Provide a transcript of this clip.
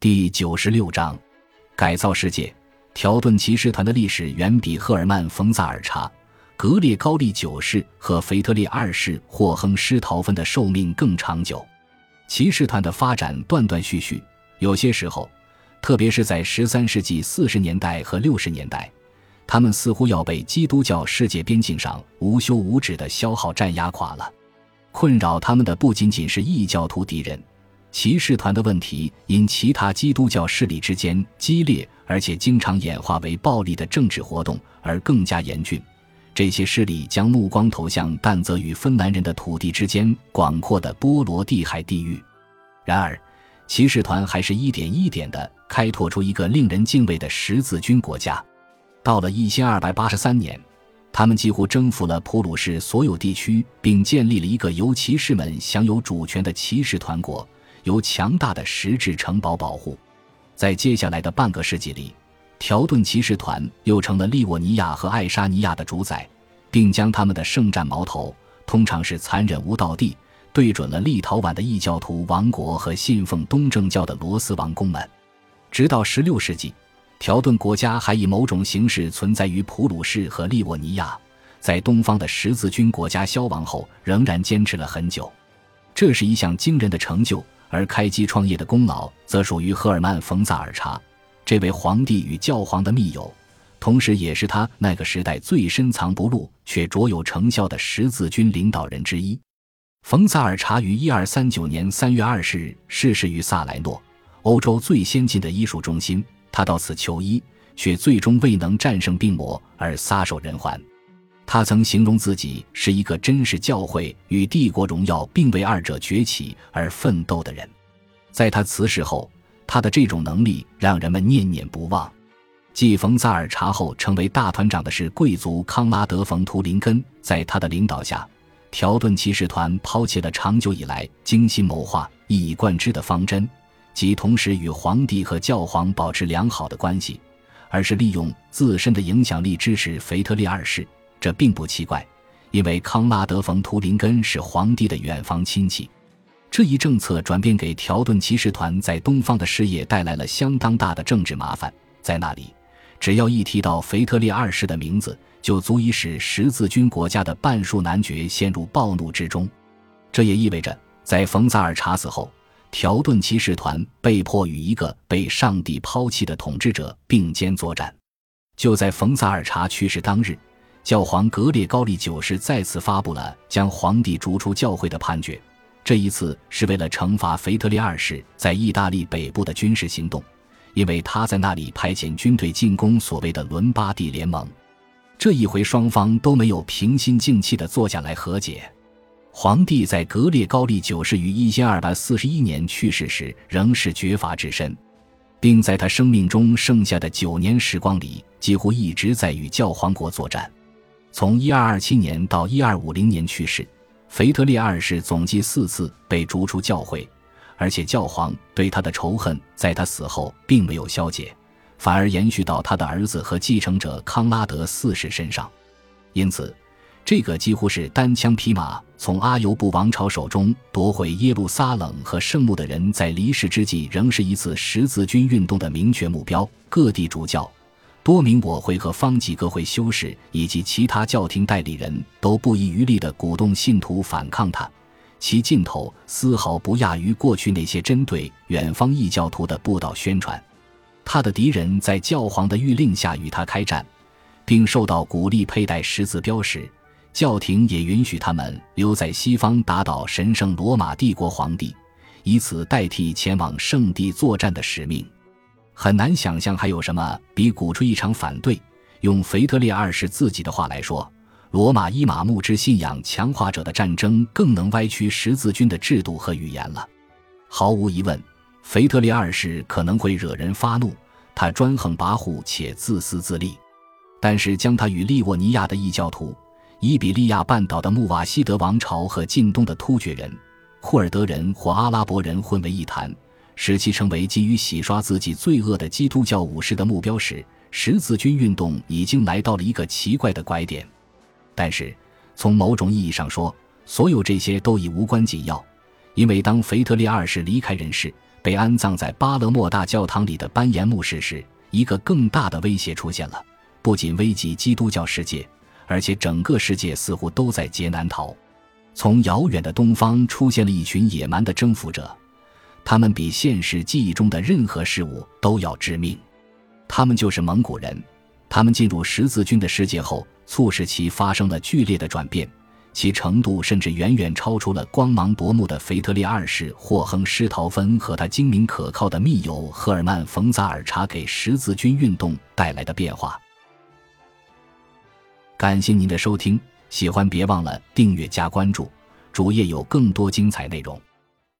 第96章改造世界。条顿骑士团的历史远比赫尔曼·冯·萨尔查、格列高利九世和腓特烈二世霍亨施陶芬的寿命更长久。骑士团的发展断断续续，有些时候，特别是在13世纪40年代和60年代，他们似乎要被基督教世界边境上无休无止的消耗战压垮了。困扰他们的不仅仅是异教徒敌人，骑士团的问题因其他基督教势力之间激烈而且经常演化为暴力的政治活动而更加严峻。这些势力将目光投向但泽与芬兰人的土地之间广阔的波罗的海地域。然而，骑士团还是一点一点地开拓出一个令人敬畏的十字军国家。到了1283年，他们几乎征服了普鲁士所有地区，并建立了一个由骑士们享有主权的骑士团国，由强大的石质城堡保护。在接下来的半个世纪里，条顿骑士团又成了利沃尼亚和爱沙尼亚的主宰，并将他们的圣战矛头，通常是残忍无道地，对准了立陶宛的异教徒王国和信奉东正教的罗斯王公们。直到16世纪，条顿国家还以某种形式存在于普鲁士和利沃尼亚，在东方的十字军国家消亡后仍然坚持了很久。这是一项惊人的成就，而开基创业的功劳则属于赫尔曼·冯·萨尔查，这位皇帝与教皇的密友，同时也是他那个时代最深藏不露却卓有成效的十字军领导人之一。冯·萨尔查于1239年3月20日逝世于萨莱诺，欧洲最先进的医术中心。他到此求医，却最终未能战胜病魔而撒手人寰。他曾形容自己是一个真是教会与帝国荣耀并为二者崛起而奋斗的人。在他辞世后，他的这种能力让人们念念不忘。继冯·萨尔查后成为大团长的是贵族康拉德·冯·图林根。在他的领导下，条顿骑士团抛弃了长久以来精心谋划一以贯之的方针，即同时与皇帝和教皇保持良好的关系，而是利用自身的影响力支持腓特烈二世。这并不奇怪，因为康拉德·冯·图林根是皇帝的远房亲戚。这一政策转变给条顿骑士团在东方的事业带来了相当大的政治麻烦。在那里，只要一提到腓特烈二世的名字，就足以使十字军国家的半数男爵陷入暴怒之中。这也意味着，在冯·萨尔查死后，条顿骑士团被迫与一个被上帝抛弃的统治者并肩作战。就在冯·萨尔查去世当日，教皇格列高利九世再次发布了将皇帝逐出教会的判决，这一次是为了惩罚腓特烈二世在意大利北部的军事行动，因为他在那里派遣军队进攻所谓的伦巴第联盟。这一回双方都没有平心静气地坐下来和解。皇帝在格列高利九世于1241年去世时仍是绝罚之身，并在他生命中剩下的9年时光里几乎一直在与教皇国作战。从1227年到1250年去世，腓特烈二世总计4次被逐出教会，而且教皇对他的仇恨在他死后并没有消解，反而延续到他的儿子和继承者康拉德四世身上。因此，这个几乎是单枪匹马从阿尤布王朝手中夺回耶路撒冷和圣墓的人，在离世之际仍是一次十字军运动的明确目标。各地主教、多名我会和方济各会修士以及其他教廷代理人都不遗余力地鼓动信徒反抗他，其劲头丝毫不亚于过去那些针对远方异教徒的布道宣传。他的敌人在教皇的谕令下与他开战，并受到鼓励佩戴十字标时，教廷也允许他们留在西方打倒神圣罗马帝国皇帝，以此代替前往圣地作战的使命。很难想象还有什么比鼓吹一场反对，用腓特烈二世自己的话来说，罗马伊玛目之信仰强化者的战争更能歪曲十字军的制度和语言了。毫无疑问，腓特烈二世可能会惹人发怒，他专横跋扈且自私自利，但是将他与利沃尼亚的异教徒、伊比利亚半岛的穆瓦希德王朝和近东的突厥人、库尔德人或阿拉伯人混为一谈，使其成为基于洗刷自己罪恶的基督教武士的目标时，十字军运动已经来到了一个奇怪的拐点。但是从某种意义上说，所有这些都已无关紧要，因为当腓特烈二世离开人世， 被安葬在巴勒莫大教堂里的班延牧师时，一个更大的威胁出现了，不仅危及基督教世界，而且整个世界似乎都在劫难逃。从遥远的东方出现了一群野蛮的征服者，他们比现实记忆中的任何事物都要致命。他们就是蒙古人，他们进入十字军的世界后，促使其发生了剧烈的转变，其程度甚至远远超出了光芒夺目的腓特烈二世霍亨施陶芬和他精明可靠的密友赫尔曼·冯·扎尔查给十字军运动带来的变化。感谢您的收听，喜欢别忘了订阅加关注，主页有更多精彩内容。